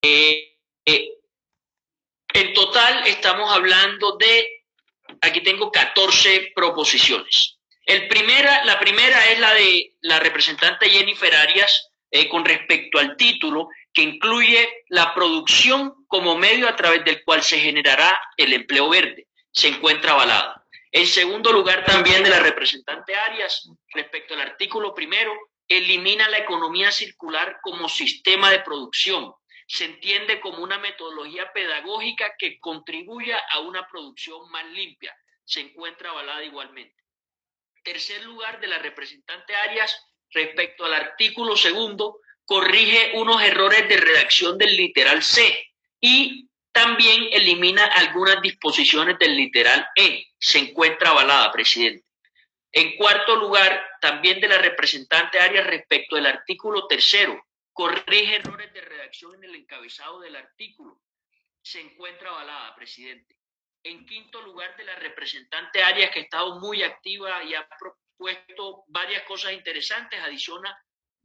Eh, en total estamos hablando de, aquí tengo 14 proposiciones. La primera es la de la representante Jennifer Arias con respecto al título, que incluye la producción como medio a través del cual se generará el empleo verde. Se encuentra avalada. En segundo lugar, también de la representante Arias, respecto al artículo primero, elimina la economía circular como sistema de producción. Se entiende como una metodología pedagógica que contribuya a una producción más limpia. Se encuentra avalada igualmente. Tercer lugar, de la representante Arias, respecto al artículo segundo, corrige unos errores de redacción del literal C y también elimina algunas disposiciones del literal E. Se encuentra avalada, presidente. En cuarto lugar, también de la representante Arias, respecto al artículo tercero, corrige errores de redacción en el encabezado del artículo. Se encuentra avalada, presidente. En quinto lugar, de la representante Arias, que ha estado muy activa y ha propuesto varias cosas interesantes, adiciona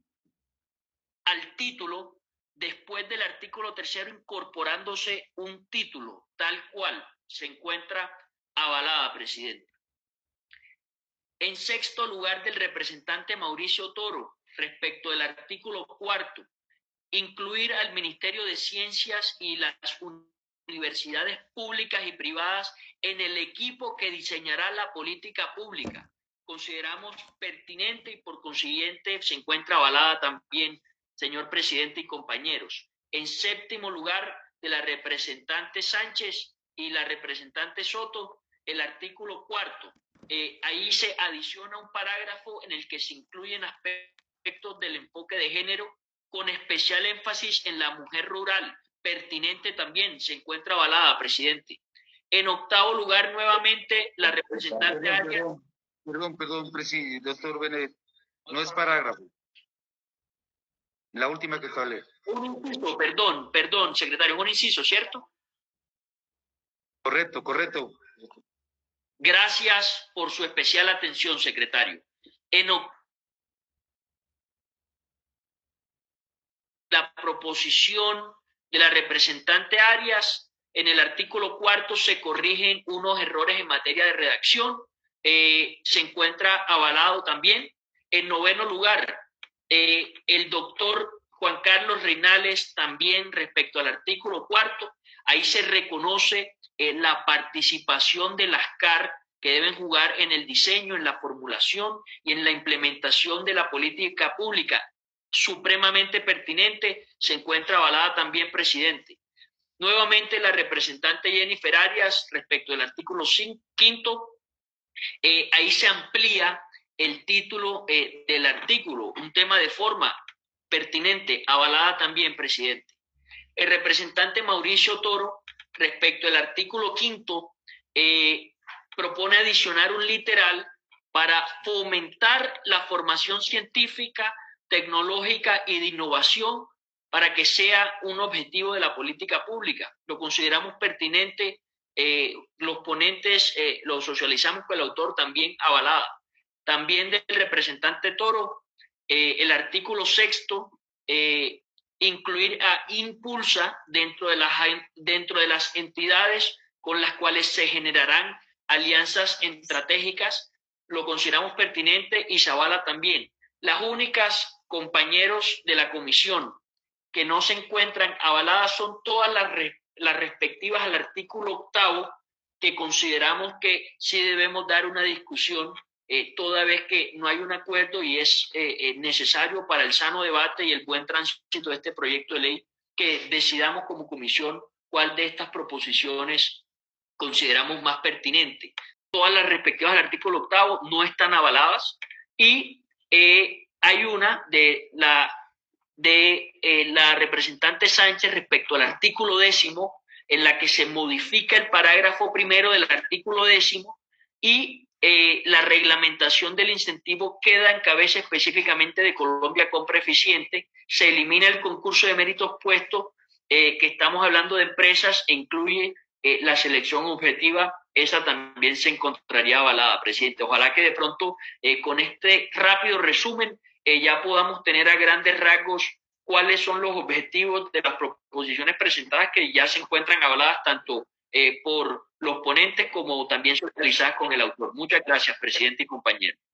al título, después del artículo tercero, incorporándose un título, tal cual. Se encuentra avalada, presidente. En sexto lugar, del representante Mauricio Toro, respecto del artículo cuarto, incluir al Ministerio de Ciencias y las universidades públicas y privadas en el equipo que diseñará la política pública. Consideramos pertinente y por consiguiente se encuentra avalada también, señor presidente y compañeros. En séptimo lugar, de la representante Sánchez y la representante Soto, el artículo cuarto. Ahí se adiciona un parágrafo en el que se incluyen aspectos del enfoque de género con especial énfasis en la mujer rural. Pertinente también, se encuentra avalada, presidente. En octavo lugar, nuevamente, la representante Arias. Perdón, doctor Benet, no es parágrafo. La última que sale. Un inciso, perdón, secretario, un inciso, ¿cierto? Correcto. Gracias por su especial atención, secretario. La proposición de la representante Arias, en el artículo cuarto se corrigen unos errores en materia de redacción, se encuentra avalado también. En noveno lugar, el doctor Juan Carlos Reinales también respecto al artículo cuarto, ahí se reconoce la participación de las CAR que deben jugar en el diseño, en la formulación y en la implementación de la política pública. Supremamente pertinente, se encuentra avalada también, presidente. Nuevamente, la representante Jennifer Arias, respecto del artículo quinto, ahí se amplía el título del artículo, un tema de forma pertinente, avalada también, presidente. El representante Mauricio Toro, respecto al artículo quinto, propone adicionar un literal para fomentar la formación científica, tecnológica y de innovación para que sea un objetivo de la política pública. Lo consideramos pertinente, los ponentes lo socializamos con el autor también avalada. También del representante Toro, el artículo sexto, incluir a Impulsa dentro de las entidades con las cuales se generarán alianzas estratégicas, lo consideramos pertinente y se avala también. Las únicas, compañeros de la comisión, que no se encuentran avaladas son todas las respectivas al artículo octavo, que consideramos que sí debemos dar una discusión toda vez que no hay un acuerdo y es necesario para el sano debate y el buen tránsito de este proyecto de ley que decidamos como comisión cuál de estas proposiciones consideramos más pertinente. Todas las respectivas al artículo octavo no están avaladas y hay una de la representante Sánchez respecto al artículo 10, en la que se modifica el parágrafo primero del artículo 10 y la reglamentación del incentivo queda en cabeza específicamente de Colombia Compra Eficiente, se elimina el concurso de méritos puesto, que estamos hablando de empresas e incluye la selección objetiva, esa también se encontraría avalada, presidente. Ojalá que de pronto con este rápido resumen ya podamos tener a grandes rasgos cuáles son los objetivos de las proposiciones presentadas que ya se encuentran habladas tanto por los ponentes como también socializadas con el autor. Muchas gracias, presidente y compañero.